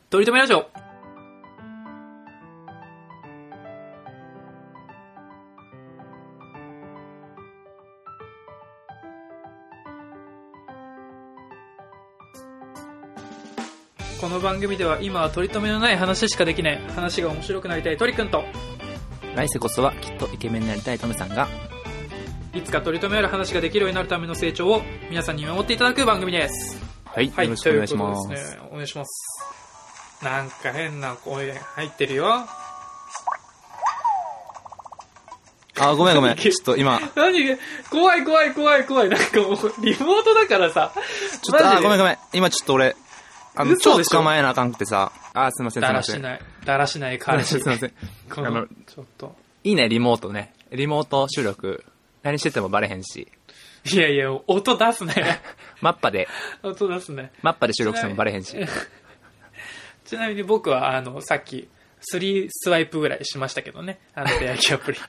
とりとめラジオ。この番組では今は取り留めのない話しかできない、話が面白くなりたいトリくんと、 来世こそはきっとイケメンになりたいトメさんが、 いつか取り留めある話ができるようになるための成長を皆さんに見守っていただく番組です。 はい、よろしくお願いします。 ですね、お願いします。なんか変な声入ってるよ。 あ、ごめんちょっと今何怖いなんかもうリモートだからさ、 ちょっとごめん今ちょっと俺超捕まえなあかんくてさ、すいません。 だらしない彼氏。 すいません。 ちょっといいね、リモート収録何しててもバレへんし。 いや音出すね。 マッパで収録してもバレへんし。 ちなみに僕はさっき3スワイプぐらいしましたけどね、出会い系アプリ。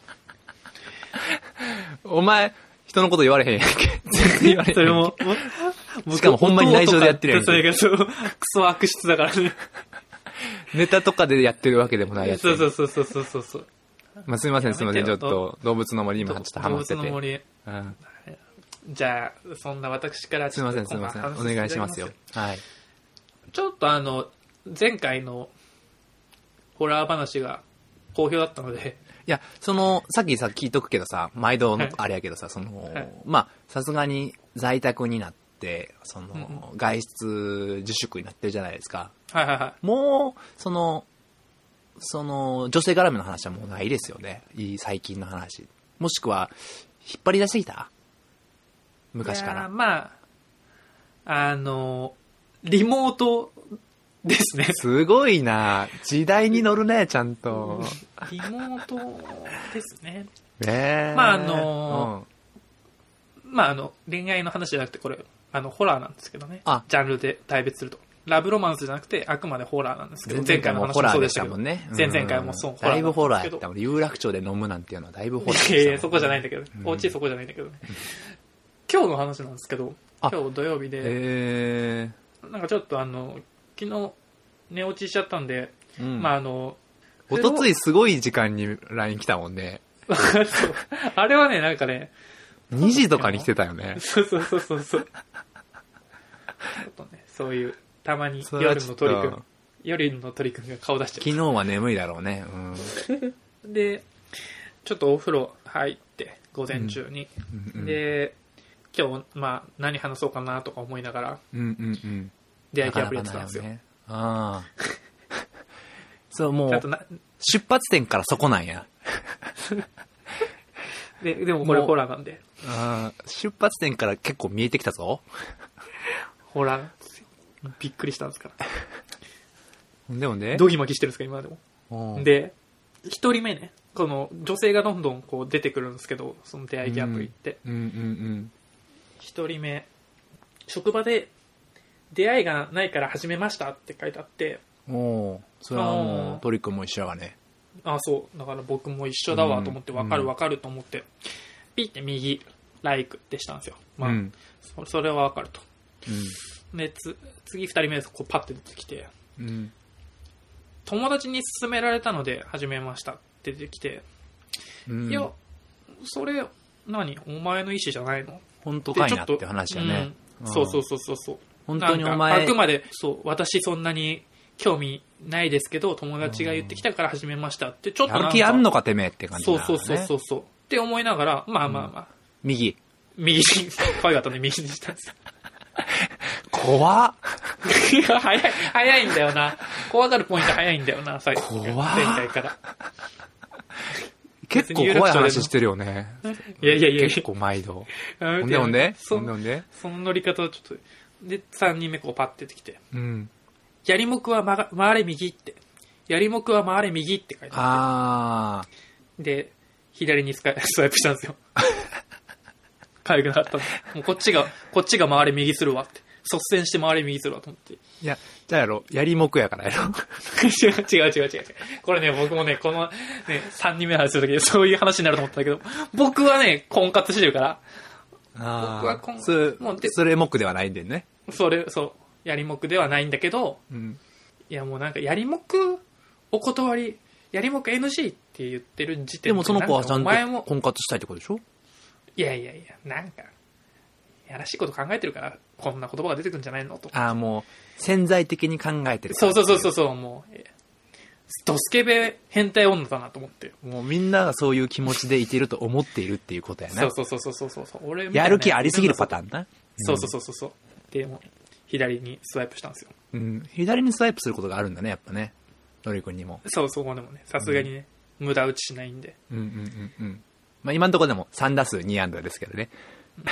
お前人のこと言われへんやんけ。全然言われへんやんけ。それもしかもほんまに内緒でやってるやんけ。 それがクソ悪質だからね。 ネタとかでやってるわけでもないやつ。 そう。 まあ、すいませんちょっと動物の森にもちょっとハマってて。 動物の森。じゃあそんな私からすいませんお願いしますよ。はい。 ちょっと前回のホラー話が好評だったので、 いやさっき聞いとくけどさ、毎度のあれやけどさ、まあさすがに在宅になって外出自粛になってるじゃないですか。 はい。 もう女性絡みの話はもうないですよね。最近の話、もしくは引っ張り出してきた昔から。 いやまあリモートですね。 すごいな、時代に乗るね、ちゃんと。 リモートですね。 まあ恋愛の話じゃなくて、これホラーなんですけどね。ジャンルで大別するとラブロマンスじゃなくてあくまでホラーなんですけど、前回の話もそうでしたけどね。前々回もそう、 だいぶホラーやったもん。有楽町で飲むなんていうのはだいぶホラーでした。 いやそこじゃないんだけど、お家そこじゃないんだけどね。今日の話なんですけど、今日土曜日で、なんかちょっと昨日寝落ちしちゃったんで、 おとついすごい時間に LINE 来たもんね。 そうあれはね、なんかね 2時とかに来てたよね。 そうちょっとね、そういうたまに夜の鳥くんが顔出しちゃう。 昨日は眠いだろうね。 でちょっとお風呂入って午前中に、で今日何話そうかなとか思いながら、出会い系アプリやってたんですよ。そう、もう出発点からそこなんや。でもこれホラーなんで。 出発点から結構見えてきたぞ。 ホラーなんですよ。びっくりしたんですから。 でもね、 ドギマギしてるんですか今でも。で一人目ね、この女性がどんどんこう出てくるんですけど、その出会い系アプリって、一人目、職場で出会いがないから始めましたって書いてあって、 それはもうトリックも一緒やわね。 そうだから僕も一緒だわと思って、分かると思ってピッて右ライクってしたんですよ。それは分かると。で次2人目でこうパッて出てきて、友達に勧められたので始めましたって出てきて、いやそれ何お前の意思じゃないの、 本当かいなって話だね。 そう本当にお前、 あくまで私そんなに興味ないですけど友達が言ってきたから始めましたって、ちょっとなんかやる気あんのかてめえって感じだね。 そうって思いながら、右に可愛かったんで右にしたんですよ。 怖っ。 早いんだよな。怖がるポイント早いんだよな。前回から結構怖い話してるよね。 いや結構毎度。ほんでその乗り方をちょっとで3人目こうパッて出てきて、やりもくは回れ右って、やりもくは回れ右って書いてあって、で左にスワイプしたんですよ。可愛くなかったんで、もうこっちが回れ右するわって、率先して回れ右するわと思って。 いやじゃあやろ、やりもくやからやろ。 違う。これね、僕もね、このね3人目の話するときにそういう話になると思ったけど、僕はね婚活してるから、僕はそれ目ではないんでね。 そうやりもくではないんだけど、 いやもうなんかやりもくお断り、やりもく NG って言ってる時点で。 でもその子はちゃんとお前も婚活したいってことでしょ？ いや、なんか、やらしいこと考えてるから、こんな言葉が出てくるんじゃないのと。 ああ、もう、潜在的に考えてる。 そう、もう、ドスケベ変態女だなと思って。 もうみんながそういう気持ちでいてると思っているっていうことやな。 そう。俺みたいなやる気ありすぎるパターンな。 そう。でも、左にスワイプしたんですよ。 うん。左にスワイプすることがあるんだね、やっぱね。のりくんにも。 そう、でもね、さすがにね、無駄打ちしないんで。 まあ今のところでも3打数2安打ですけどね。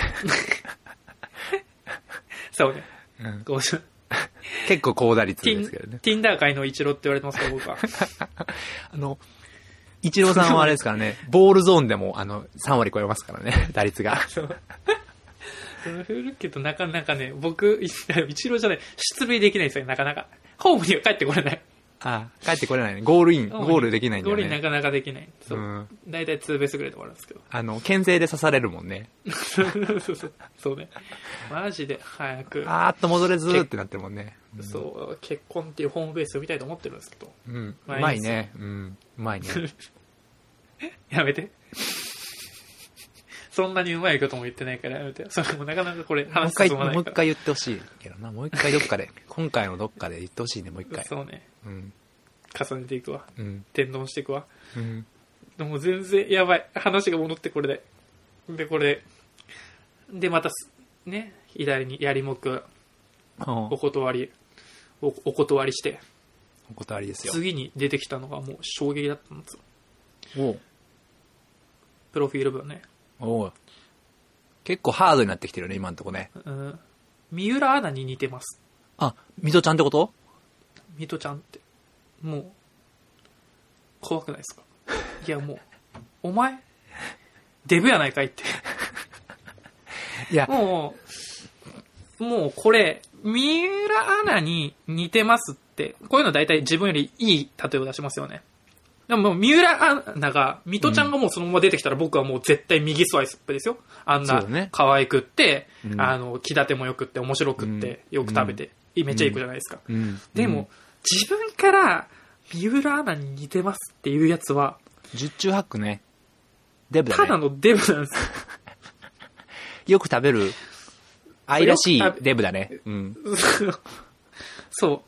そうね。 結構高打率ですけどね。 Tinder 界のイチローって言われてますから、僕は。 イチローさんはあれですからね、ボールゾーンでも3割超えますからね、打率が。 そう。振るけどなかなかね、僕、イチローじゃない、出塁できないんですよ、なかなか。ホームには帰ってこれない。 ああ、帰ってこれないね。ゴールイン、ゴールできないんだよね。 ゴールインなかなかできない。そう。だいたい2ベースぐらいで終わるんですけど。 牽制で刺されるもんね。 そうね。マジで早く。 あーっと戻れずーってなってるもんね。 そう、結婚っていうホームベースを見たいと思ってるんですけど。 うん。うまいね。うん。うまいね。 やめて。そんなにうまいことも言ってないからやめて。それもなかなかこれ話進まないから。 もう一回言ってほしいけどな。もう一回どっかで、今回のどっかで言ってほしいね、もう一回。 そうね。 うん。 重ねていくわ。 うん。 天丼していくわ。 うん。 でも全然やばい。話が戻ってこれで。で、これで、また、ね、左にやりもく、お断りして。 お断りですよ。 次に出てきたのがもう衝撃だったんですよ。プロフィール文ね。 結構ハードになってきてるね、今んとこね。 三浦アナに似てます。 あ、水戸ちゃんってこと？ 水戸ちゃんって。もう、怖くないですか？いやもう、お前、デブやないかいって。いや。もうこれ、三浦アナに似てますって、こういうの大体自分よりいい例えを出しますよね。でも三浦アナが、水戸ちゃんがもうそのまま出てきたら僕はもう絶対右スワイプですよ。あんな可愛くって、気立てもよくって面白くってよく食べて、めっちゃいい子じゃないですか。でも、自分から三浦アナに似てますっていうやつは、 十中八九ね。デブだね。 ただのデブなんですよ。 よく食べる、愛らしいデブだね。うん。 そう。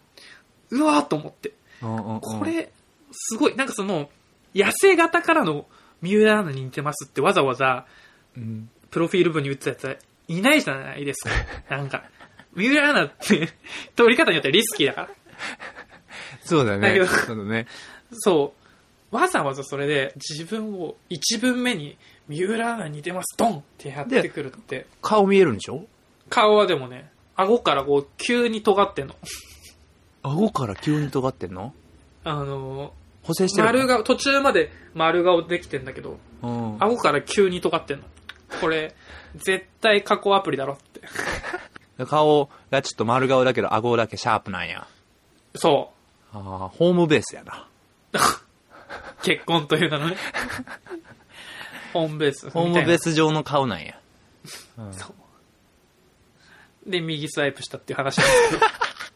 うわーと思って。これ、すごい、なんかその、痩せ型からの三浦アナに似てますってわざわざ、プロフィール文に打ったやつはいないじゃないですか。なんか、三浦アナって、取り方によってはリスキーだから。 そうだね。 そう。わざわざそれで自分を一文目に三浦アナに似てます、ドンってやってくるって。 顔見えるんでしょ？ 顔はでもね、顎からこう急に尖ってんの。 顎から急に尖ってんの？ 補正してる丸顔、途中まで丸顔できてんだけど、顎から急に尖ってんの。これ、絶対加工アプリだろって。 顔がちょっと丸顔だけど顎だけシャープなんや。 そう。 ホームベースやな。 結婚という名のね。ホームベース。 ホームベース上の顔なんや。 そう。で、右スワイプしたっていう話なんですけど。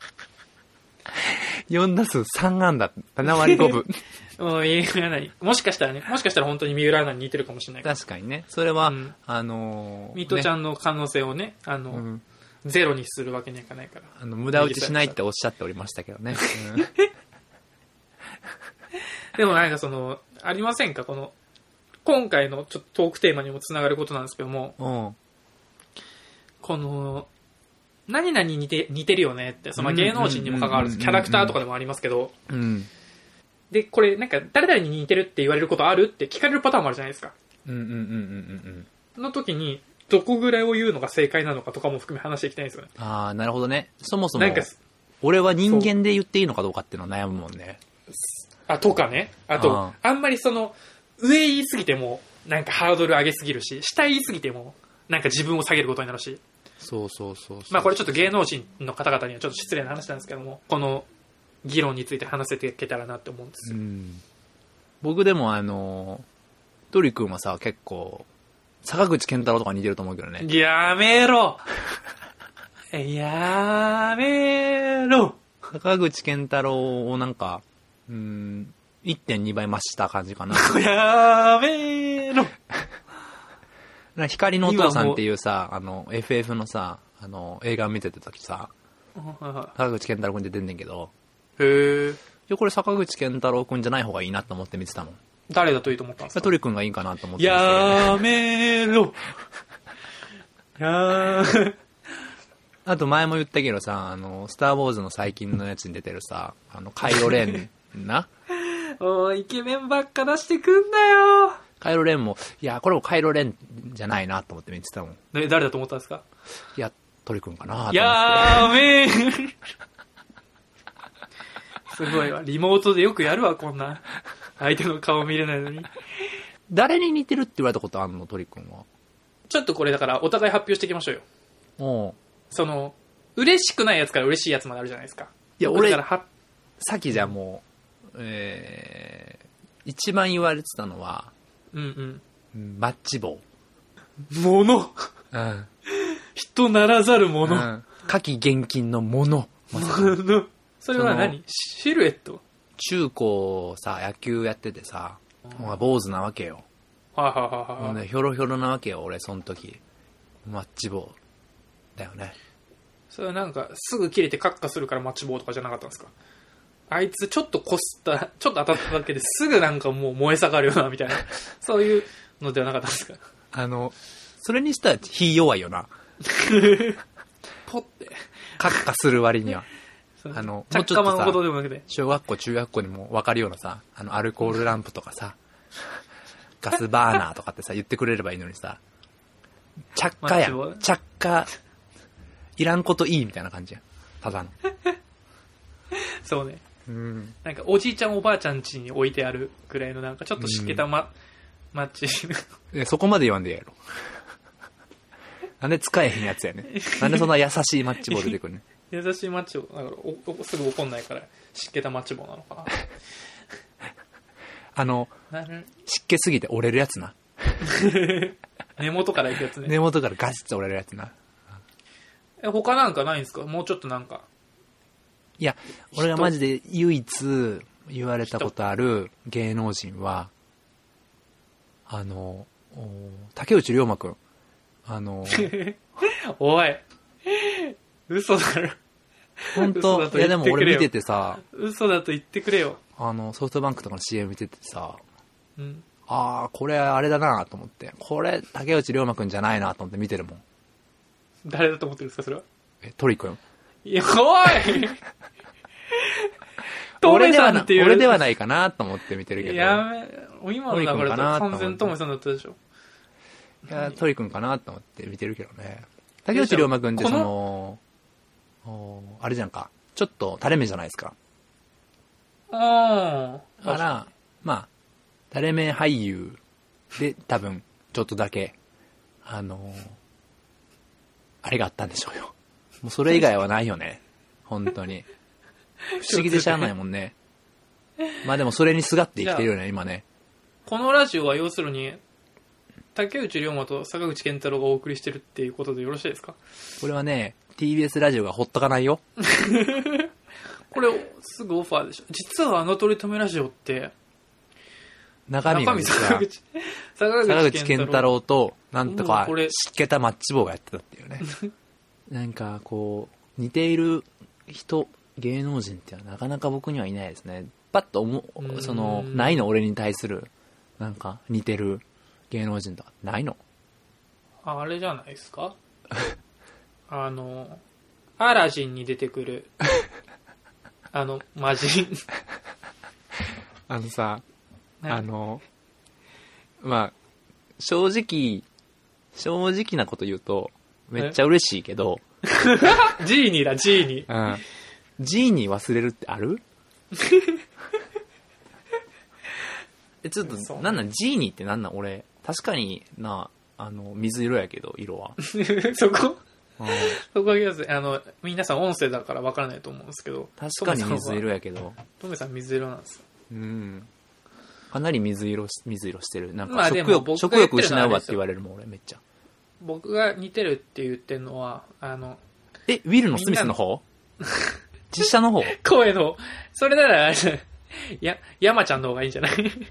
4打数3安打、7割5分。 もしかしたら本当に三浦アナに似てるかもしれないから。 確かにね。それは、 水戸ちゃんの可能性をね、ゼロにするわけにはいかないから。 無駄打ちしないっておっしゃっておりましたけどね。 でもなんかありませんか？今回のちょっとトークテーマにもつながることなんですけども、何々に似てるよねって、芸能人にも関わらず、キャラクターとかでもありますけど、で、これなんか誰々に似てるって言われることあるって聞かれるパターンもあるじゃないですか。の時に、どこぐらいを言うのが正解なのかとかも含め話していきたいんですよね。 ああ、なるほどね。そもそも、俺は人間で言っていいのかどうかっていうのを悩むもんね。 とかね。あと、あんまり上言いすぎても、なんかハードル上げすぎるし、下言いすぎても、なんか自分を下げることになるし。 そう。 まあこれちょっと芸能人の方々にはちょっと失礼な話なんですけども、この議論について話せていけたらなって思うんですよ。 僕でもトリ君はさ、結構、坂口健太郎とか似てると思うけどね。 やめろやめろ坂口健太郎をなんか、1.2 倍増した感じかな。 やめーの。 光のお父さんっていうさ、FF のさ、映画見てた時さ、坂口健太郎くんって出てんねんけど、 へえ。 これ坂口健太郎くんじゃない方がいいなと思って見てたもん。 誰だといいと思ったんですか？ トリくんがいいかなと思って。 やめーろ。 あと前も言ったけどさ、スターウォーズの最近のやつに出てるさ、カイロレンな。 おい、イケメンばっか出してくんなよ。 カイロレンも、いや、これもカイロレンじゃないなと思って見てたもん。 誰だと思ったんですか？ いや、トリくんかなと思って。 やめー。すごいわ。リモートでよくやるわ、こんな。相手の顔見れないのに。 誰に似てるって言われたことあんの、トリくんは。 ちょっとこれだからお互い発表していきましょうよ。 おう。 嬉しくないやつから嬉しいやつまであるじゃないですか。 いや、俺、さっきじゃもう、一番言われてたのは、マッチ棒。 もの。 うん。 人ならざるもの。 夏季厳禁のもの。 それは何？シルエット？ 中高さ、野球やっててさ、坊主なわけよ。 はい。 ひょろひょろなわけよ、俺、その時。マッチ棒。だよね。 それはなんか、すぐ切れてカッカするからマッチ棒とかじゃなかったんですか？あいつちょっとちょっと当たっただけですぐなんかもう燃え盛るよな、みたいな。そういうのではなかったんですか？ それにしたら火弱いよな。 ポッて。 カッカする割には。もうちょっとさ、小学校、中学校にも分かるようなさ、アルコールランプとかさ、ガスバーナーとかってさ、言ってくれればいいのにさ、着火やん。着火、いらんこといいみたいな感じやん。ただの。 そうね。なんか、おじいちゃんおばあちゃん家に置いてあるくらいのなんか、ちょっと湿気たマッチ。 そこまで言わんでやろ。なんで使えへんやつやね。なんでそんな優しいマッチ棒出てくるね。 優しいマッチ棒、だからすぐ怒んないから、湿気たマッチ棒なのかな。 湿気すぎて折れるやつな。 根元からいくやつね。 根元からガシッと折れるやつな。 他なんかないんですか？もうちょっとなんか。 いや、俺がマジで唯一言われたことある芸能人は、竹内涼真くん。 おい。嘘だろ。 本当。いやでも俺見ててさ。 嘘だと言ってくれよ。 ソフトバンクとかの CM 見ててさ。これあれだなと思って。これ竹内涼真くんじゃないなと思って見てるもん。 誰だと思ってるんですか、それは？ 鳥くん。 いや、おい俺ではないかなと思って見てるけど。 今の流れだと完全トメさんだったでしょ。 いや、鳥くんかなと思って見てるけどね。竹内涼真くんってあれじゃんか。ちょっと垂れ目じゃないですか。だから、まあ、垂れ目俳優で多分、ちょっとだけ、あれがあったんでしょうよ。もうそれ以外はないよね。本当に。不思議でしゃあないもんね。まあでもそれにすがって生きてるよね、今ね。 このラジオは要するに、竹内涼真と坂口健太郎がお送りしてるっていうことでよろしいですか？ これはね、TBS ラジオがほっとかないよ。 これ、すぐオファーでしょ。実はとりとめラジオって、 中身坂口健太郎と、なんとか、湿気たマッチ棒がやってたっていうね。なんか、こう、似ている人、芸能人ってなかなか僕にはいないですね。パッとないの俺に対する、なんか、似てる芸能人とか、ないの？ あれじゃないですか？アラジンに出てくる、魔人。 まあ、正直なこと言うと、めっちゃ嬉しいけど。 ジーニーだ、ジーニー。 ジーニー忘れるってある？ちょっと、ジーニーってなんなん俺、確かに水色やけど、色は。 そこは言わず、皆さん音声だから分からないと思うんですけど。 確かに水色やけど。 トメさん水色なんですよ。 かなり水色してる。なんか食欲失うわって言われるもん、俺めっちゃ。 僕が似てるって言ってるのは、 ウィルのスミスの方？ 実写の方声の、それなら、山ちゃんの方がいいんじゃない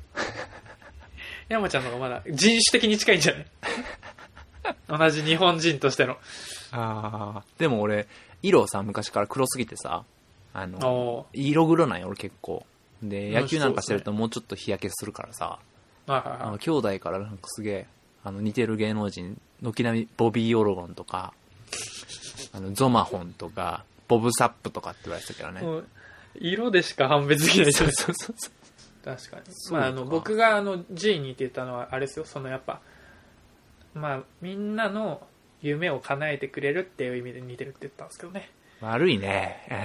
山ちゃんの方がまだ人種的に近いんじゃない同じ日本人としての。 でも俺、色さ、昔から黒すぎてさ、色黒なんよ、俺結構。で、野球なんかしてるともうちょっと日焼けするからさ、兄弟からなんかすげえ、似てる芸能人、軒並みボビー・オロゴンとか、ゾマホンとか、ボブ・サップとかって言われてたけどね。 色でしか判別できないじゃないですか。確かに。まあ、僕がG にって言ったのは、あれですよ、やっぱ、まあ、みんなの夢を叶えてくれるっていう意味で似てるって言ったんですけどね。 悪いね。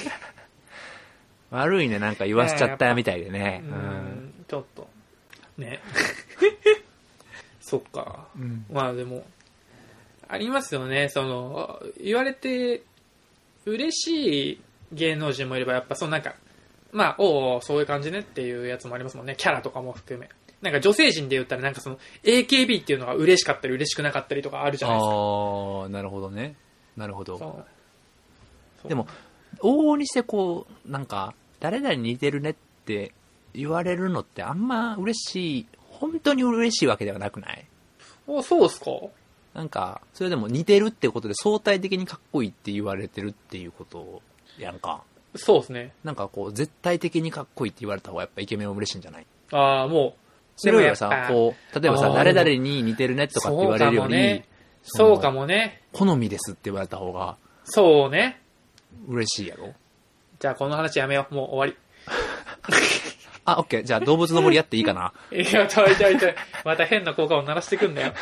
悪いね、なんか言わしちゃったみたいでね。 ちょっと。ね。そっか。まあでも、ありますよね。言われて嬉しい芸能人もいれば、やっぱなんか、まあ、そういう感じねっていうやつもありますもんね。キャラとかも含め。なんか女性陣で言ったらなんかAKB っていうのが嬉しかったり嬉しくなかったりとかあるじゃないですか。 なるほどね。なるほど。でも、往々にしてなんか、誰々に似てるねって言われるのってあんま嬉しい、本当に嬉しいわけではなくない？ そうっすか？ なんか、それでも似てるってことで相対的にかっこいいって言われてるっていうことやんか。 そうですね。 なんか絶対的にかっこいいって言われた方がやっぱイケメンは嬉しいんじゃない？ もう。 それよりはさ、例えばさ、誰々に似てるねとかって言われるより、 そうかもね。 好みですって言われた方が、 そうね。 嬉しいやろ？ じゃあこの話やめよう。もう終わり。 オッケー。じゃあ動物の森やっていいかな？ いや、痛い。また変な効果を鳴らしてくんだよ。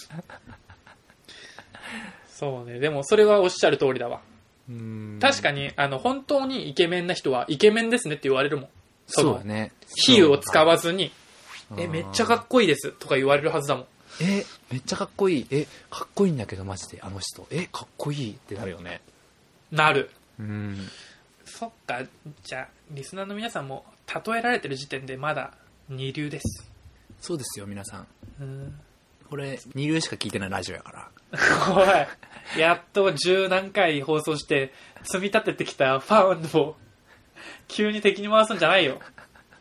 そうね。でもそれはおっしゃる通りだわ。確かに、本当にイケメンな人はイケメンですねって言われるもん。 そうだね。 比喩を使わずに、めっちゃかっこいいですとか言われるはずだもん。 めっちゃかっこいい。かっこいいんだけどマジで、あの人。かっこいいってなるよね。 なる。そっか。じゃあ、リスナーの皆さんも、例えられてる時点でまだ二流です。 そうですよ、皆さん。これ、二流しか聞いてないラジオやから。 おい、やっと10何回放送して、積み立ててきたファンを、急に敵に回すんじゃないよ。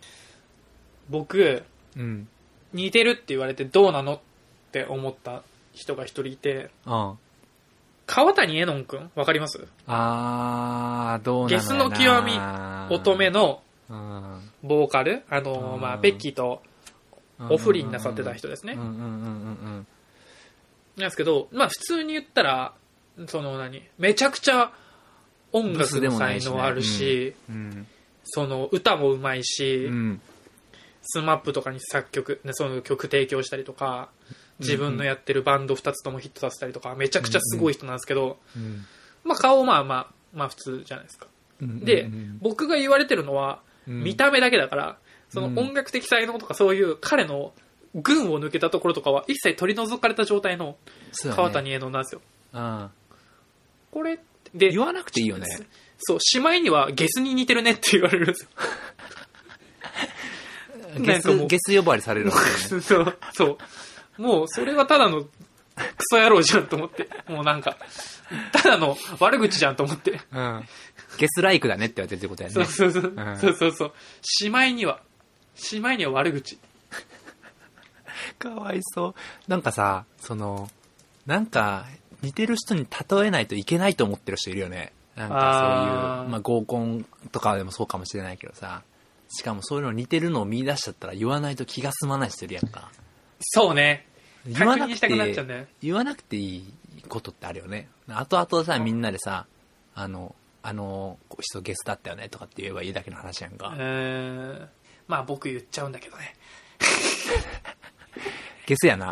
僕、似てるって言われてどうなのって思った人が一人いて、川谷絵音くんわかります？ どうなの？ ゲスの極み乙女のボーカル、まあ、ベッキーとお不倫なさってた人ですね。なんですけど、まあ普通に言ったら、めちゃくちゃ音楽の才能あるし、歌もうまいし、スマップとかにその曲提供したりとか、自分のやってるバンド2つともヒットさせたりとか、めちゃくちゃすごい人なんですけど、まあ顔まあ普通じゃないですか。で、僕が言われてるのは、見た目だけだから、音楽的才能とかそういう彼の群を抜けたところとかは一切取り除かれた状態の川谷絵音なんですよ。これで言わなくていいよね。 そう、しまいにはゲスに似てるねって言われるんですよ。 ゲス呼ばわりされるわけね。 そう。もうそれはただのクソ野郎じゃんと思って。もうなんか、ただの悪口じゃんと思って。 ゲスライクだねって言われてるってことやね。 そう。しまいには悪口。 かわいそう。なんかさ、なんか似てる人に例えないといけないと思ってる人いるよね。なんかそういう、まあ合コンとかでもそうかもしれないけどさ。しかもそういうの似てるのを見出しちゃったら言わないと気が済まない人いるやんか。 そうね。 言わなくていいことってあるよね。後々さ、みんなでさ、人ゲスだったよねとかって言えばいいだけの話やんか。 まあ僕言っちゃうんだけどね。 ゲスやな。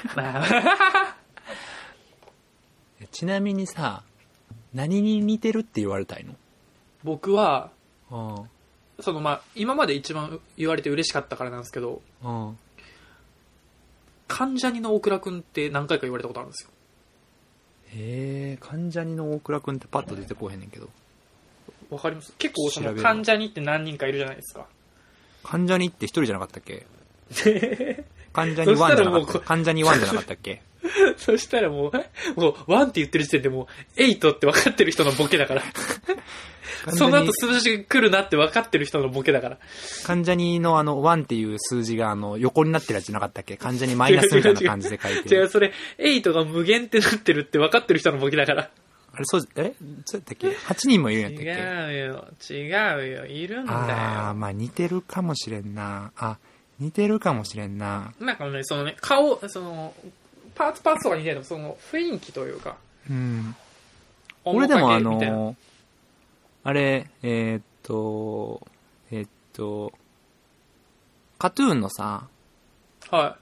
ちなみにさ、何に似てるって言われたいの？ 僕は、まあ、今まで一番言われて嬉しかったからなんですけど、関ジャニの大倉くんって何回か言われたことあるんですよ。関ジャニの大倉くんってパッと出てこへんねんけど。 わかります？結構関ジャニって何人かいるじゃないですか。 関ジャニって一人じゃなかったっけ？ 関ジャニ1じゃなかった関ジャニ1じゃなかったっけそしたらもう1って言ってる時点でもう8って分かってる人のボケだからその後数字が来るなって分かってる人のボケだから。 関ジャニの1っていう数字が横になってるやつじゃなかったっけ？関ジャニマイナスみたいな感じで書いてる。 違う、それ、8が無限ってなってるって分かってる人のボケだから。 あれ、そうやったっけ ?8 人もいるんやったっけ？違うよ、いるんだよ。 ああ、まあ似てるかもしれんな。似てるかもしれんな。 なんかね、そのね、顔、パーツとか似てるの、その雰囲気というか。 うん。俺でもあれ、カトゥーンのさ、 はい。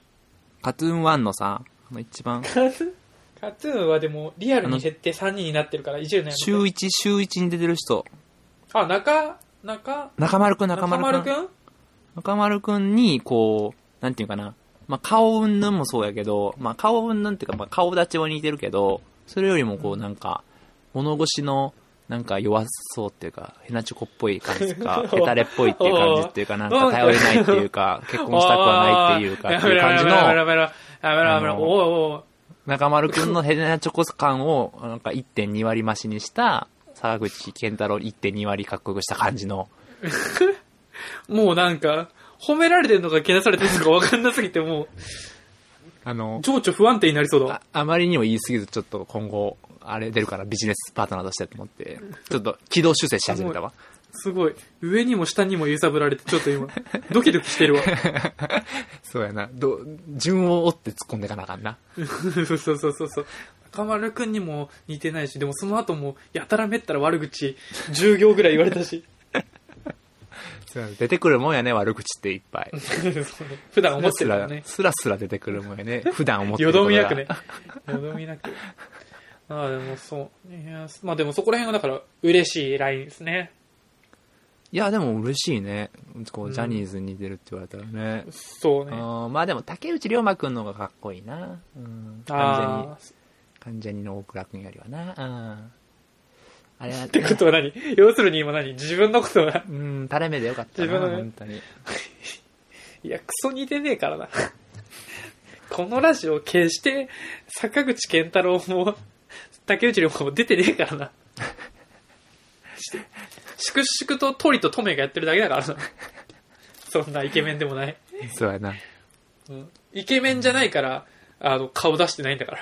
カトゥーン1のさ、一番。 カトゥーンはでも、リアルに設定3人になってるから、いじるのやめて。 週1に出てる人。 中丸くん中丸くんに、こう、なんていうかな。まあ、顔うんぬんもそうやけど、まあ、顔うんぬんっていうか、まあ、顔立ちは似てるけど、それよりもこう、なんか、物腰の、なんか弱そうっていうか、ヘナチョコっぽい感じか、ヘタレっぽいっていう感じっていうか、なんか頼れないっていうか、結婚したくはないっていうか、っていう感じの、中丸くんのヘナチョコ感を、なんか 1.2 割増しにした、沢口健太郎 1.2 割かっこよくした感じの。 もうなんか、褒められてるのかけなされてるのか分かんなすぎて、もう、情緒不安定になりそうだ。 あまりにも言い過ぎず、ちょっと今後、あれ出るからビジネスパートナーとしてと思って、ちょっと軌道修正し始めたわ。 すごい。上にも下にも揺さぶられて、ちょっと今、ドキドキしてるわ。 そうやな。順を追って突っ込んでいかなあかんな。 そう。中丸くんにも似てないし、でもその後も、やたらめったら悪口、10行ぐらい言われたし。 出てくるもんやね、悪口っていっぱい。 普段思ってるからね。 スラ出てくるもんやね。普段思ってることが。 よどみなくね。よどみなく。でもそう。まあでもそこら辺がだから嬉しいラインですね。 いや、でも嬉しいね。こう、ジャニーズに似てるって言われたらね。 そうね。 まあでも竹内涼真くんの方がかっこいいな。関ジャニの大倉くんよりはな。あれはってことは何？要するに今自分のことが。 垂れ目でよかったな。自分の本当に。 いや、クソ似てねえからな。このラジオ決して坂口健太郎も竹内涼真も出てねえからな。粛々とトリとトメがやってるだけだからな。そんなイケメンでもない。 そうやな。 イケメンじゃないから顔出してないんだから。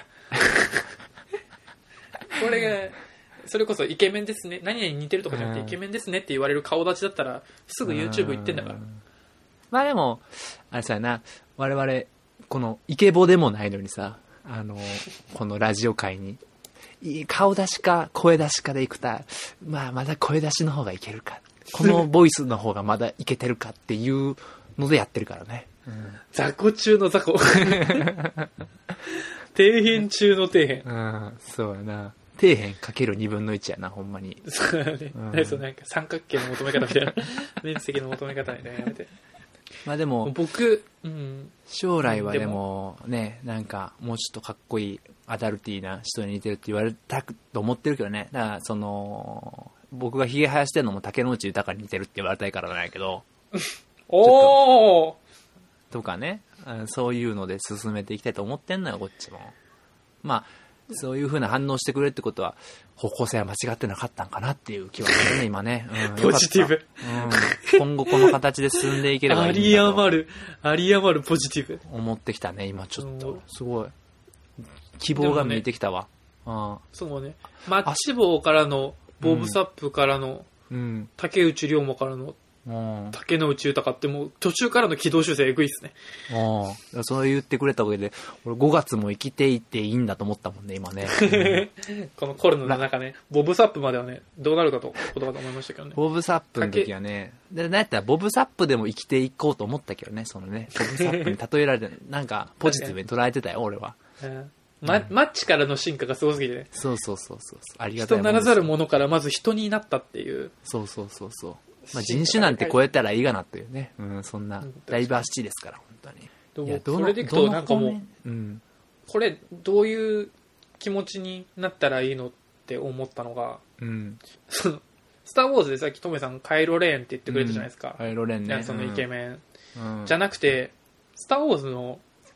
これがそれこそイケメンですね、何々に似てるとかじゃなくてイケメンですねって言われる顔立ちだったらすぐ YouTube 行ってんだから。 まあでもあれさやな、我々このイケボでもないのにさ、このラジオ界に顔出しか声出しかでいくと、まあまだ声出しの方がいけるか、このボイスの方がまだいけてるかっていうのでやってるからね。 雑魚中の雑魚。底辺中の底辺。 そうやな。底辺かける2分の1やな、ほんまに。 そうだね。なんか三角形の求め方みたいな。面積の求め方みたいなやめて。 まあでも、 僕、 将来はでもね、なんかもうちょっとかっこいいアダルティーな人に似てるって言われたと思ってるけどね。だから僕がヒゲ生やしてるのも竹野内豊に似てるって言われたいからなんやけど。 おーとかね、そういうので進めていきたいと思ってんのよ、こっちも。まあ、そういう風な反応してくれるってことは、方向性は間違ってなかったんかなっていう気はするね、今ね。 ポジティブ。 今後この形で進んでいければいいんだと。 あり余るポジティブ。 思ってきたね、今ちょっと。すごい。希望が見えてきたわ。 そうね。マッチ棒からの、ボブサップからの、竹内涼真からの、竹野内豊ってもう途中からの軌道修正えぐいっすね。 そう言ってくれたおかげで俺5月も生きていっていいんだと思ったもんね今ね。 このコロナの中ね、ボブサップまではねどうなるかとことかと思いましたけどね。 ボブサップの時はね、でなんやったらボブサップでも生きていこうと思ったけどね、そのねボブサップに例えられてなんかポジティブに捉えてたよ俺は。 マッチからの進化がすごすぎてね。 そうありがたい。 人ならざるものからまず人になったっていう。 そうまあ、人種なんて超えたらいいがなっていうね、そんなダイバーシティですから本当に。 いやそれでいくとなんかもう、これどういう気持ちになったらいいのって思ったのが、そのスター・ウォーズでさっきトメさんカイロレーンって言ってくれたじゃないですか。 カイロレーンね。 そのイケメン、じゃなくてスター・ウォーズの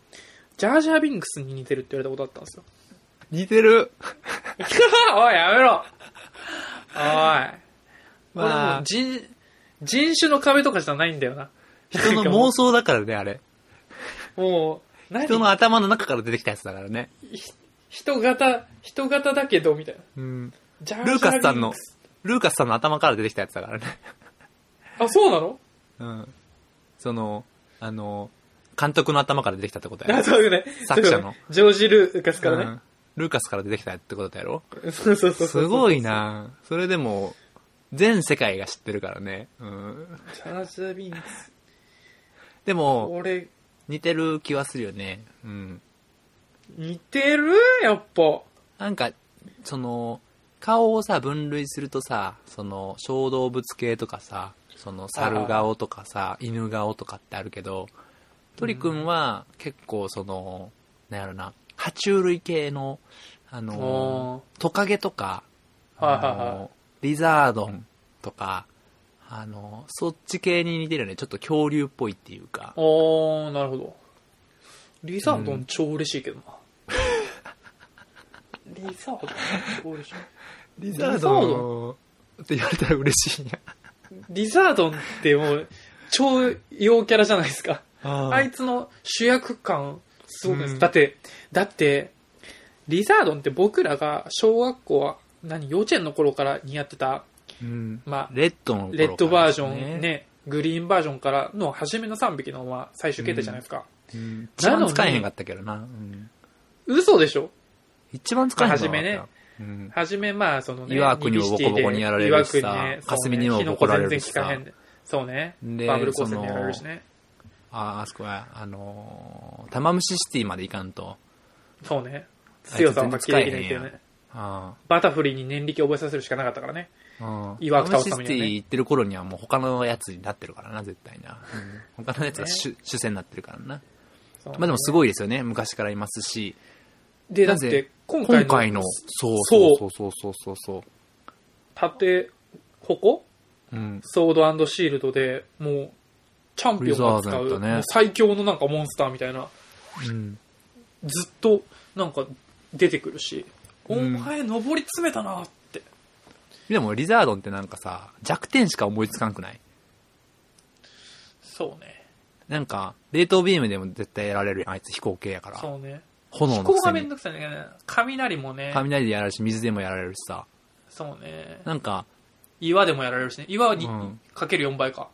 ジャージャービンクスに似てるって言われたことあったんですよ。 似てるおい、やめろおい。まあ、もう人種の壁とかじゃないんだよな。 人の妄想だからね、あれ。 もう、 人の頭の中から出てきたやつだからね。 人型だけど、みたいな。 うん。ルーカスさんの頭から出てきたやつだからね。 あ、そうなの？ うん。監督の頭から出てきたってことやろ。 あ、そうね。 作者の。 ジョージ・ルーカスからね。うん、 ルーカスから出てきたってことやろ。 そう。 すごいな。それでも、全世界が知ってるからね。うん。 ジャージャービンクス。 でも、似てる気はするよね。うん。 似てる？やっぱ。 なんか、顔をさ、分類するとさ、小動物系とかさ、猿顔とかさ、犬顔とかってあるけど、鳥くんは結構なんやろな、爬虫類系の、トカゲとか、リザードンとか、そっち系に似てるよね。ちょっと恐竜っぽいっていうか。 なるほど。リザードン超嬉しいけどな。リザードン超嬉しい。 リザードンって言われたら嬉しいんや。 リザードンってもう超陽キャラじゃないですか。あいつの主役感すごくです、うん、だってリザードンって僕らが小学校幼稚園の頃からにやってた、 うん、 まあレッドの頃から、 レッドバージョンね、グリーンバージョンからの初めの3匹の最終形態じゃないですか。 一番使えへんかったけどな。 嘘でしょ？ 一番使えへんかった。 初めね。初め岩国をボコボコにやられるしさ、霞にもボコられるしさ。 そうね。バブル光線にやられるしね。 あそこは、玉虫シティまで行かんと。 そうね。強さを発揮できないっていうね。バタフリーに念力を覚えさせるしかなかったからね。岩を倒すためにはね。玉虫シティ行ってる頃にはもう他のやつになってるからな、絶対な。他のやつは主戦になってるからな。まあでもすごいですよね。昔からいますし。 で、だって今回のそう。 縦矛、ソード&シールドでもうチャンピオンが使う、もう最強のなんかモンスターみたいな、ずっとなんか出てくるし、お前登り詰めたなって。 でもリザードンってなんかさ、弱点しか思いつかんくない？ そうね。 なんか冷凍ビームでも絶対やられるやん、あいつ飛行系やから。 そうね。 炎の飛行がめんどくさいね。雷もね。 雷でやられるし、水でもやられるしさ。 そうね。 なんか岩でもやられるしね。岩にかける4倍か。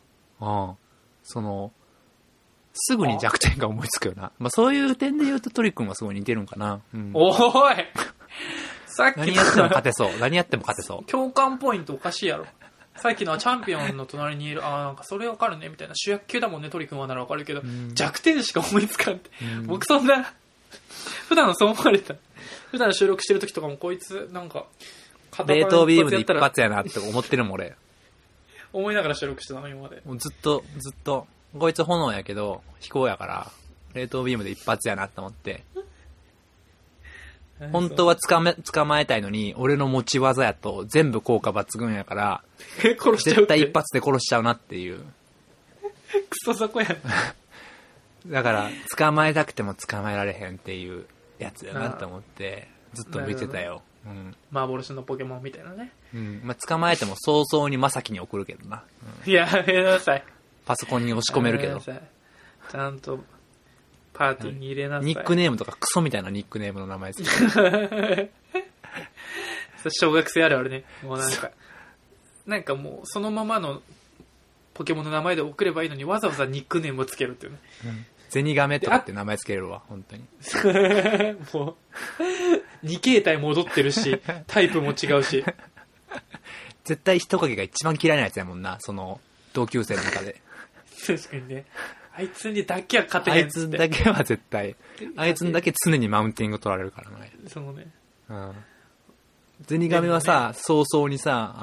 すぐに弱点が思いつくよな。まあそういう点で言うとトリ君はすごい似てるんかな。 おーいさっき何やっても勝てそう。何やっても勝てそう。 共感ポイントおかしいやろ。さっきのはチャンピオンの隣にいる、なんかそれわかるねみたいな、主役級だもんね、トリ君はならわかるけど、弱点しか思いつかんって。僕そんな、普段そう思われた。普段収録してる時とかもこいつ、なんか、 冷凍ビームで一発やなって思ってるもん俺。 思いながら収録してたの今まで。 もうずっと、こいつ炎やけど、飛行やから、冷凍ビームで一発やなって思って。本当は捕まえたいのに、俺の持ち技やと全部効果抜群やから、 殺しちゃう絶対一発で殺しちゃうなっていう。クソ雑魚やん。 だから、捕まえたくても捕まえられへんっていうやつやなって思って、ずっと見てたよ。 幻のポケモンみたいなね。 まあ、捕まえても早々にまさきに送るけどな。 いやめなさい。 パソコンに押し込めるけど。 ちゃんと、パーティーに入れなさい。 ニックネームとかクソみたいなニックネームの名前です小学生あるあるね。もうなんかもうそのままのポケモンの名前で送ればいいのにわざわざニックネームをつけるっていうね。 ゼニガメとかって名前つけれるわ、本当に。 もう、2形態戻ってるし、タイプも違うし。 絶対人影が一番嫌いなやつやもんな、その同級生の中で。 確かにね。あいつにだけは勝てへんっつって。 あいつだけは絶対。あいつにだけ常にマウンティング取られるからね。 そうね。 ゼニガメはさ、早々にさ、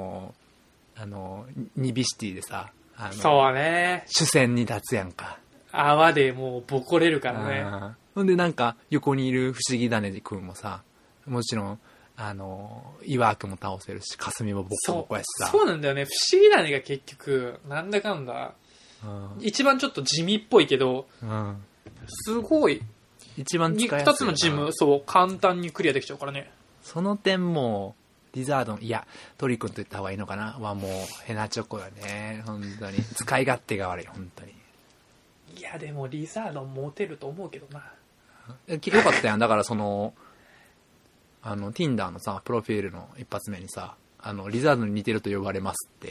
ニビシティでさ、 そうね。 主戦に立つやんか。 泡でもうボコれるからね。 ほんでなんか、横にいる不思議種くんもさ、もちろん、岩くんも倒せるし、霞もボコボコやしさ。 そうなんだよね。不思議種が結局、なんだかんだ、一番ちょっと地味っぽいけど、すごい一番使いやすい。 2つのジム、そう、簡単にクリアできちゃうからね。 その点もう、リザードン、いや、トリ君と言った方がいいのかなはもう、ヘナチョコよね。本当に。使い勝手が悪い、本当に。 いや、でもリザードンモテると思うけどな。 よかったやん。だからTinder のさ、プロフィールの一発目にさ、リザードンに似てると呼ばれますって、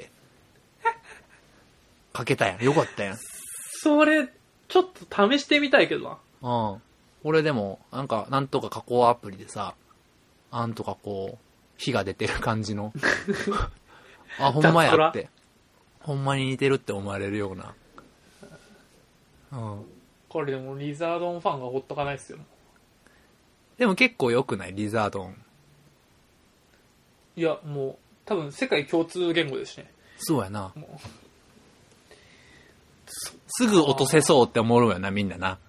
かけたやん。よかったやん。 それ、ちょっと試してみたいけどな。うん。俺でも、なんとか加工アプリでさ、とか火が出てる感じの。ほんまやって。ほんまに似てるって思われるような。うん。 これでもリザードンファンがほっとかないっすよ。 でも結構良くないリザードン。 いや、もう、多分世界共通言語ですしね。 そうやな。すぐ落とせそうって思うよな、みんなな。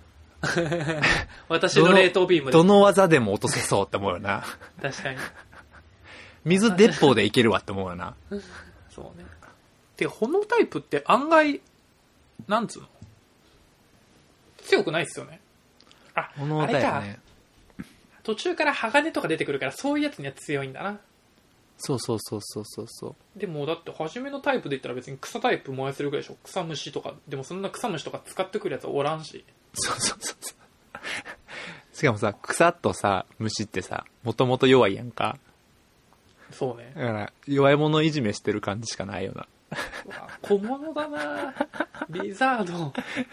私の冷凍ビームで。 どの技でも落とせそうって思うよな。 確かに。 水鉄砲でいけるわって思うよな。 そうね。てか、このタイプって案外、なんつうの強くないっすよね。あれか。途中から鋼とか出てくるから、そういうやつには強いんだな。 そう。 でもだって初めのタイプで言ったら別に草タイプ燃やせるぐらいでしょ。草虫とか。でもそんな草虫とか使ってくるやつはおらんし。 そう。しかもさ、草とさ、虫ってさ、もともと弱いやんか。 そうね。 だから、弱い者いじめしてる感じしかないよな。 小物だなリザード。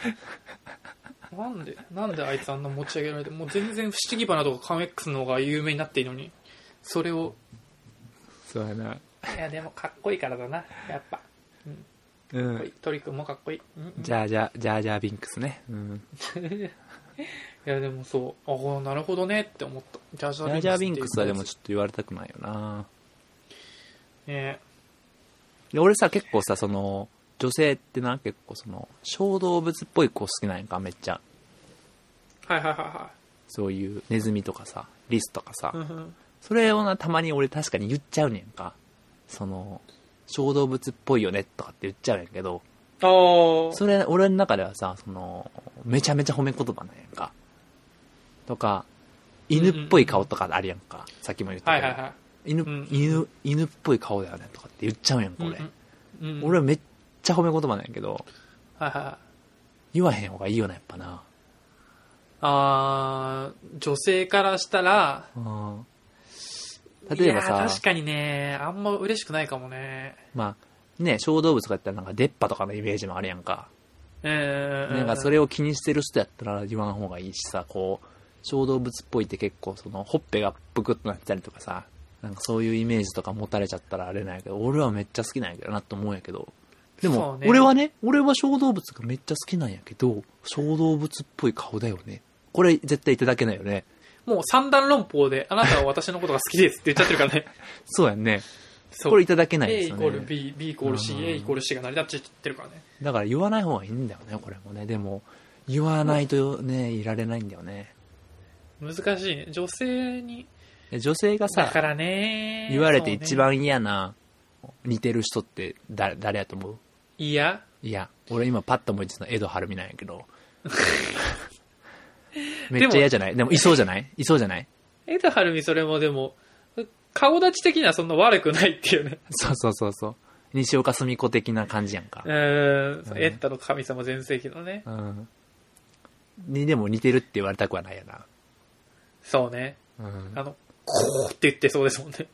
なんであいつあんな持ち上げられて、もう全然不思議花とかカメックスの方が有名になっていいのに、それを。 そうやな。いや、でもかっこいいからだな、やっぱ。うん。かっこいい。トリ君もかっこいい。 ジャージャービンクスね。うん。 いや、でもそう、なるほどねって思った。 ジャージャービンクスはでもちょっと言われたくないよな。 ねで俺さ、結構さ、女性ってな、結構小動物っぽい子好きなんやんか、めっちゃ。 はい。 そういうネズミとかさ、リスとかさ。それをな、たまに俺確かに言っちゃうねんか。小動物っぽいよねとかって言っちゃうんやけど、それ、俺の中ではさ、めちゃめちゃ褒め言葉なんやんか。とか、犬っぽい顔とかあるやんか。さっきも言ったけど。 はい。 犬っぽい顔だよねとかって言っちゃうんやんか、俺。俺はめっちゃ褒め言葉なんやけど、言わへん方がいいよな、やっぱな。 女性からしたら、 例えばさ、 いや確かにね、あんま嬉しくないかもね。 まあ、ね、小動物とかやったらなんか出っ歯とかのイメージもあるやんか。なんかそれを気にしてる人やったら言わん方がいいしさ、小動物っぽいって結構ほっぺがぷくっとなったりとかさ、なんかそういうイメージとか持たれちゃったらあれなんやけど、俺はめっちゃ好きなんやけどなと思うんやけど、でも、俺は小動物がめっちゃ好きなんやけど、小動物っぽい顔だよね。これ絶対いただけないよね。 もう三段論法で、あなたは私のことが好きですって言っちゃってるからね。 そうやんね。これいただけないですよね。 A イコール B、B イコール C、A イコール C が成り立っちゃってるからね。 だから言わない方がいいんだよね、これもね。でも、言わないとね、いられないんだよね。 難しいね。女性がさ、 だからね、言われて一番嫌な、似てる人って誰やと思う？いや、俺今パッと思いついたのエド・ハルミなんやけど。めっちゃ嫌じゃない？でもいそうじゃないエド・ハルミそれもでも、顔立ち的にはそんな悪くないっていうね。 そう。西岡澄子的な感じやんか。 エッタの神様全盛期のね。 にでも似てるって言われたくはないやな。 そうね。こうって言ってそうですもんね。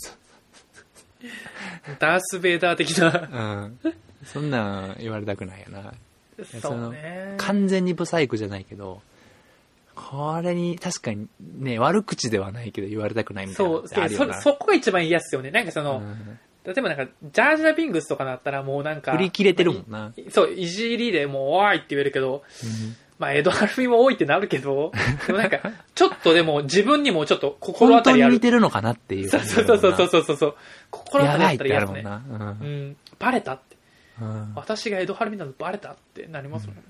ダース・ベイダー的な。 そんなん言われたくないやな。 そうね。 完全にブサイクじゃないけど、これに確かにね、悪口ではないけど言われたくないみたいなのってあるよな。 そこが一番嫌っすよね。なんか例えばなんか、ジャージャービングスとかだったらもうなんか。 振り切れてるもんな。 そう、いじりでもう、おーいって言えるけど、まあ、エド・ハルミも多いってなるけど、でもなんか、ちょっとでも自分にもちょっと心当たりある。 本当に似てるのかなっていう。 そう。心当たりあったら嫌ですね。バレたって。私がエド・ハルミなのバレたってなりますもん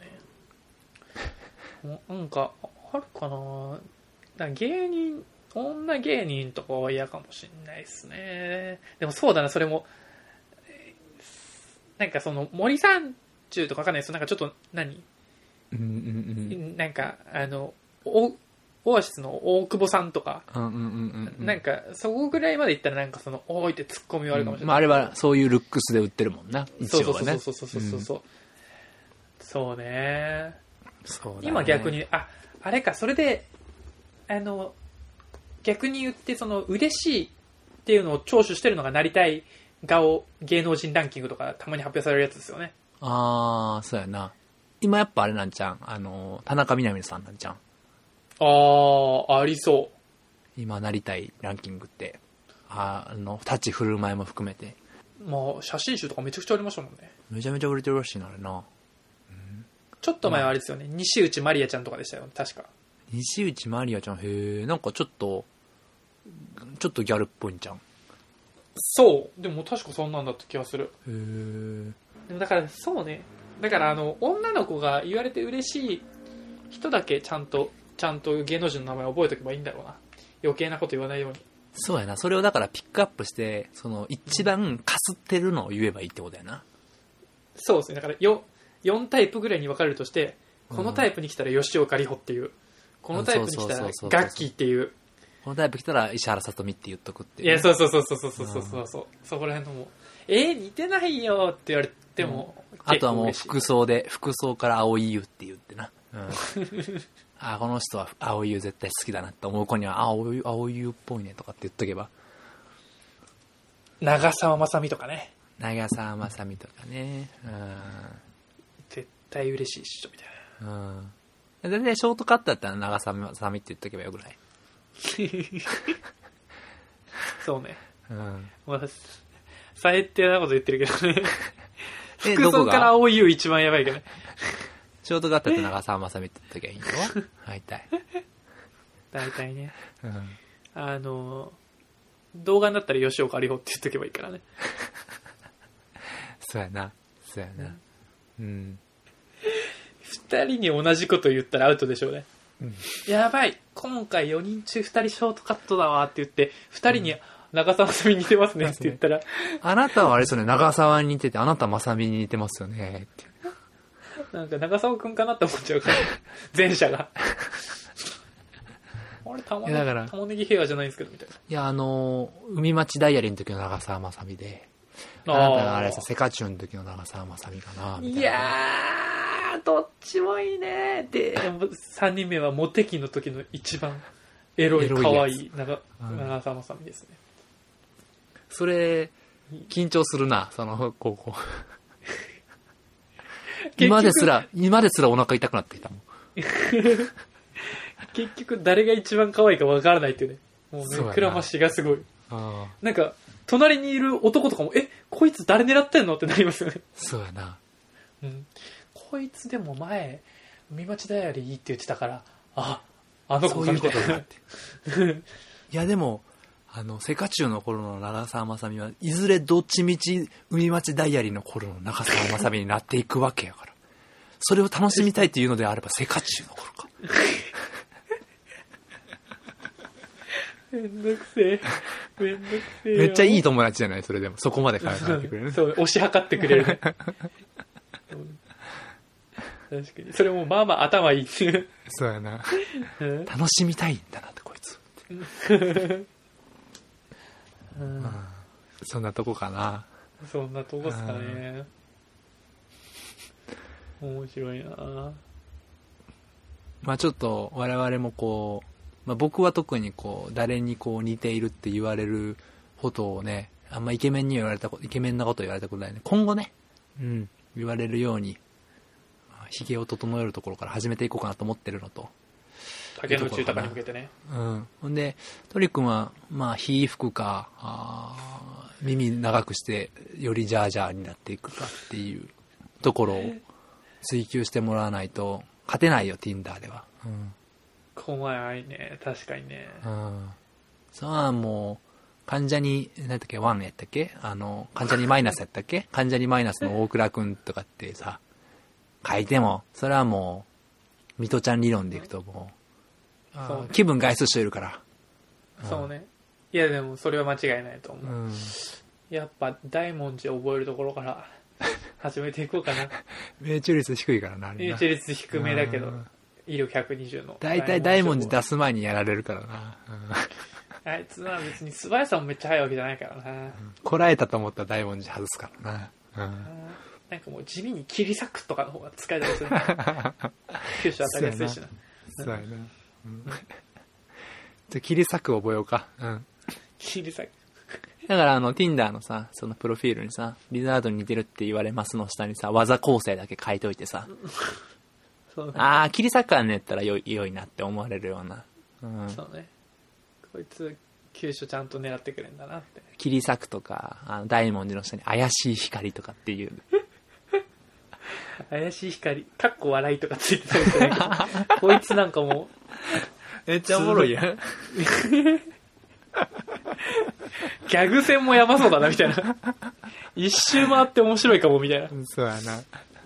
ね。なんか、あるかな女芸人とかは嫌かもしれないですね。でもそうだな、それも、なんか森三中とかわかんないです。なんかちょっとなんか、 オアシスの大久保さんとか、なんかそこぐらいまでいったらなんかそのおーいってツッコミはあるかもしれない、 あれはそういうルックスで売ってるもんな、一応はね。 そうね。今逆にあれか、それで逆に言ってその嬉しいっていうのを聴取してるのがなりたい顔芸能人ランキングとかたまに発表されるやつですよね。 ああ、そうやな。今やっぱあれなんちゃん、田中みな実さんなんちゃん。 ありそう。 今なりたいランキングって立ち振る舞いも含めて、 まあ写真集とかめちゃくちゃありましたもんね。 めちゃめちゃ売れてるらしいなあれな、 ちょっと前はあれですよね、西内まりあちゃんとかでしたよね確か。 西内まりあちゃん、へえ、なんかちょっとギャルっぽいんちゃん。 そうでも確かそんなんだった気がする。 へえ。 でもだからそうね、だから女の子が言われて嬉しい人だけちゃんと芸能人の名前を覚えておけばいいんだろうな、余計なこと言わないように。 そうやな、それをだからピックアップしてその一番かすってるのを言えばいいってことやな。 そうですね、だから4タイプぐらいに分かれるとして、このタイプに来たら吉岡里帆っていう、このタイプに来たらガッキーっていう、 このタイプ来たら石原さとみって言っとくっていう、 いやそうそこら辺のも似てないよって言われても、 あとはもう服装から青い優って言ってな、この人は青い優絶対好きだなって思う子には青い優っぽいねとかって言っとけば。 長澤まさみとかね、 長澤まさみとかね、 絶対嬉しいっしょみたいな。 全然ショートカットだったら長澤まさみって言っとけばよくない？ そうね。最低なこと言ってるけどね。服装から青い優一番やばいけどね。 ショートカットだったら長澤まさみって言っときゃいいの？ 大体ね。動画になったら吉岡里帆って言っとけばいいからね。 そうやな。 2人に同じこと言ったらアウトでしょうね。やばい、今回4人中2人ショートカットだわって言って2人に長澤まさみに似てますねって言ったら、 あなたはあれですよね、長澤に似ててあなたまさみに似てますよねって。 なんか長澤くんかなって思っちゃうから前者があれ玉ねぎヘアじゃないんですけどみたいな。 いや海町ダイアリーの時の長澤まさみで、あなたがあれさセカチュウの時の長澤まさみかなみたいな。 いやーどっちもいいね。で3人目はモテ期の時の一番エロい可愛い長澤まさみですね。 それ緊張するな、その高校今ですらお腹痛くなってきたもん結局誰が一番可愛いか分からないっていうね、もう目くらましがすごい。なんか隣にいる男とかもこいつ誰狙ってんのってなりますよね。 そうやな、 こいつでも前海町ダイアリーって言ってたから、あの子かみたいな。そういうことだっていやでもセカチュウの頃の長澤まさみはいずれどっちみち海町ダイアリーの頃の長澤まさみになっていくわけやから、それを楽しみたいっていうのであればセカチュウの頃かめんどくせえめっちゃいい友達じゃない、それでもそこまで考えてくれるね。 そう推し量ってくれるね確かにそれもまあまあ頭いいっていう。 そうやな楽しみたいんだなってこいつそんなとこかな。 そんなとこっすかね。面白いな。 まあちょっと我々もこう、僕は特にこう誰にこう似ているって言われることをね、あんまイケメンなこと言われたことないね。今後ね、言われるようにひげを整えるところから始めていこうかなと思ってるのと、 竹野内豊に向けてね。 ほんで鳥くんは火吹くか耳長くしてよりジャージャーになっていくかっていうところを追求してもらわないと勝てないよ Tinder では。 怖いね、確かにね。 さあもう関ジャニ何だっけ1やったっけ、関ジャニマイナスやったっけ、関ジャニマイナスの大倉くんとかってさ書いてもそれはもうミトちゃん理論でいくともう、気分害する人いるから。 そうね。いやでもそれは間違いないと思う。やっぱ大文字を覚えるところから始めていこうかな。 命中率低いからな。 命中率低めだけど威力120の。 大体大文字出す前にやられるからな。 あいつは別に素早さもめっちゃ速いわけじゃないからな。 こらえたと思ったら大文字外すからな。 なんかもう地味に切り裂くとかの方が使えたりする。九州当たりやすいしな。 そうやな。じゃ切り裂く覚えようか。 切り裂く。 だからTinder のさ、そのプロフィールにさ、リザードに似てるって言われますの下にさ、技構成だけ書いといてさ、 そうね、 切り裂くはねったら良いなって思われるような。 そうね。こいつ、急所ちゃんと狙ってくれんだなって。 切り裂くとか、大文字の下に怪しい光とかっていう。 怪しい光、かっこ笑いとかついてたりするけど、こいつなんかもう、めっちゃおもろいやん。 ギャグ戦もやばそうだなみたいな。一周回って面白いかもみたいな。 そうやな。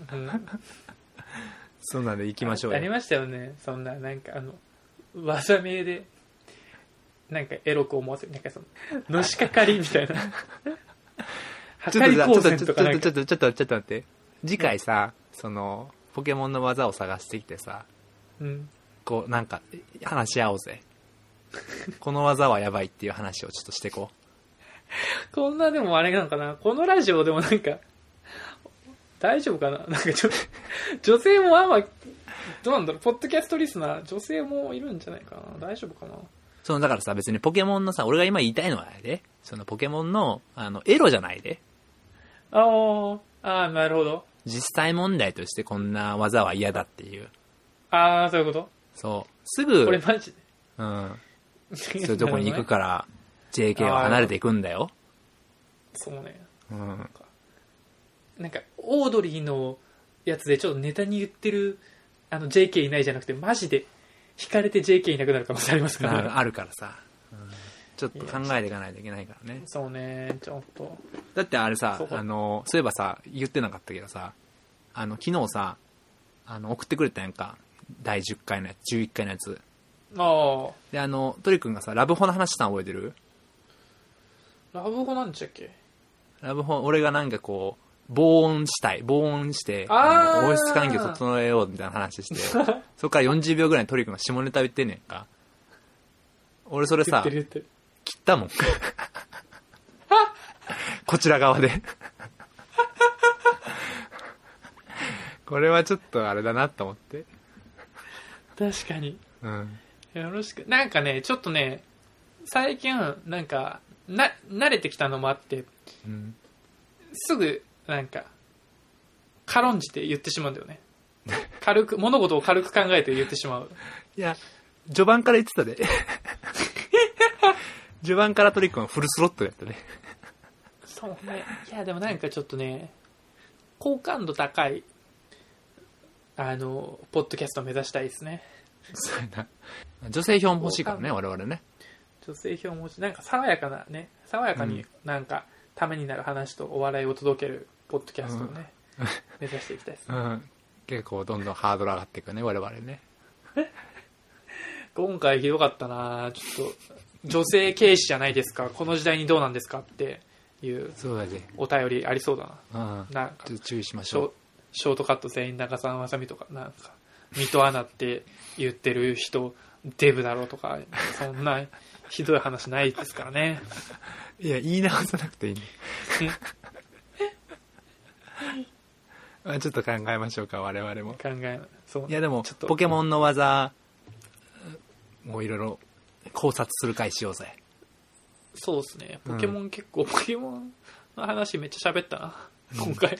そんなんで行きましょうよ。 ありましたよね。そんななんか技名でなんかエロく思わせる、なんかそののしかかりみたいな。 ちょっと待って。次回さ、そのポケモンの技を探してきてさ、こうなんか話し合おうぜ。この技はやばいっていう話をちょっとしてこう。こんなでもあれなのかな、このラジオでもなんか大丈夫かな、なんか女性もどうなんだろう、ポッドキャストリスナー女性もいるんじゃないかな、大丈夫かな。 だからさ、別にポケモンのさ、俺が今言いたいのはね、そのポケモンのエロじゃないで。 ああ、なるほど。 実際問題としてこんな技は嫌だっていう。 ああ、そういうこと。 そう。すぐ。 これマジで。 そういうとこに行くから、JK は離れていくんだよ。 そうね。なんか、オードリーのやつでちょっとネタに言ってる、JK いないじゃなくて、マジで、惹かれて JK いなくなる可能性ありますからね。 あるからさ。ちょっと考えていかないといけないからね。 そうね、ちょっと。 だってあれさ、そういえばさ、言ってなかったけどさ、昨日さ、送ってくれたやんか。第10回のやつ、11回のやつ。で、トリ君がさ、ラブホの話したの覚えてる？ ラブホなんでしたっけ？ ラブホ、俺がなんかこう、防音して、王室環境整えようみたいな話して、そっから40秒ぐらいにトリ君が下ネタ言ってんねんか。俺それさ、切ったもん。こちら側で。これはちょっとあれだなと思って。 確かに。よろしく。なんかね、ちょっとね、最近、なんか、慣れてきたのもあって、すぐ、なんか、軽んじて言ってしまうんだよね。物事を軽く考えて言ってしまう。 いや、序盤から言ってたで。序盤からトリックはフルスロットやったね。 そうね。いや、でもなんかちょっとね、好感度高い、ポッドキャストを目指したいですね。 そうやな。女性票も欲しいからね、我々ね。 女性票も欲しい。なんか爽やかになんかためになる話とお笑いを届けるポッドキャストをね、目指していきたいですね。 結構どんどんハードル上がっていくね、我々ね。 今回ひどかったな。ちょっと女性軽視じゃないですか、この時代にどうなんですかっていうお便りありそうだな。なんかちょっと注意しましょう。 ショートカット全員中澤まさみとか、なんか水戸アナって言ってる人デブだろうとか、そんなひどい話ないですからね。 いや、言い直さなくていいね。ちょっと考えましょうか、我々も。 そう。 いや、でもポケモンの技もういろいろ考察する回しようぜ。 そうですね。ポケモンポケモンの話めっちゃ喋ったな、今回。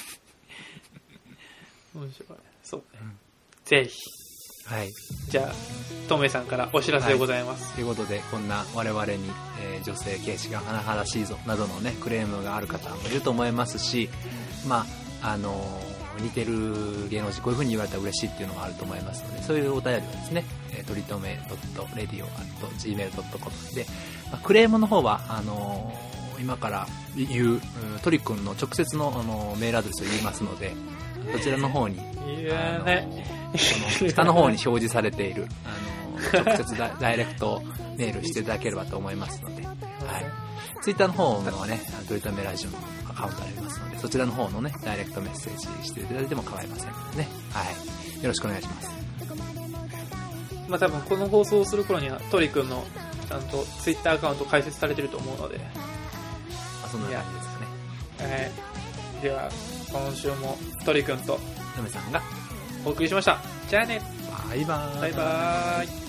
面白い。そうね。ぜひ。 はい。 じゃあ、トメさんからお知らせでございます。 ということで、こんな我々に、女性軽視が甚だしいぞなどのね、クレームがある方もいると思いますし、まあ、似てる芸能人こういう風に言われたら嬉しいっていうのがあると思いますので、そういうお便りはですね、とりとめ.radio@gmail.com で、クレームの方は今から言うトリ君の直接のメールアドレスを言いますので、そちらの方に下の方に表示されている直接ダイレクトメールしていただければと思いますので、はい、ツイッターの方のはね、とりとめラジオのアカウントありますので、そちらの方のねダイレクトメッセージしていただいても構いませんのでね、はい、よろしくお願いします。 まあ多分この放送をする頃にはトリ君のちゃんとツイッターアカウント開設されてると思うので、 そんな感じですかね。 では今週もトリ君とナメさんがお送りしました。じゃあね。 バイバーイ。 バイバーイ。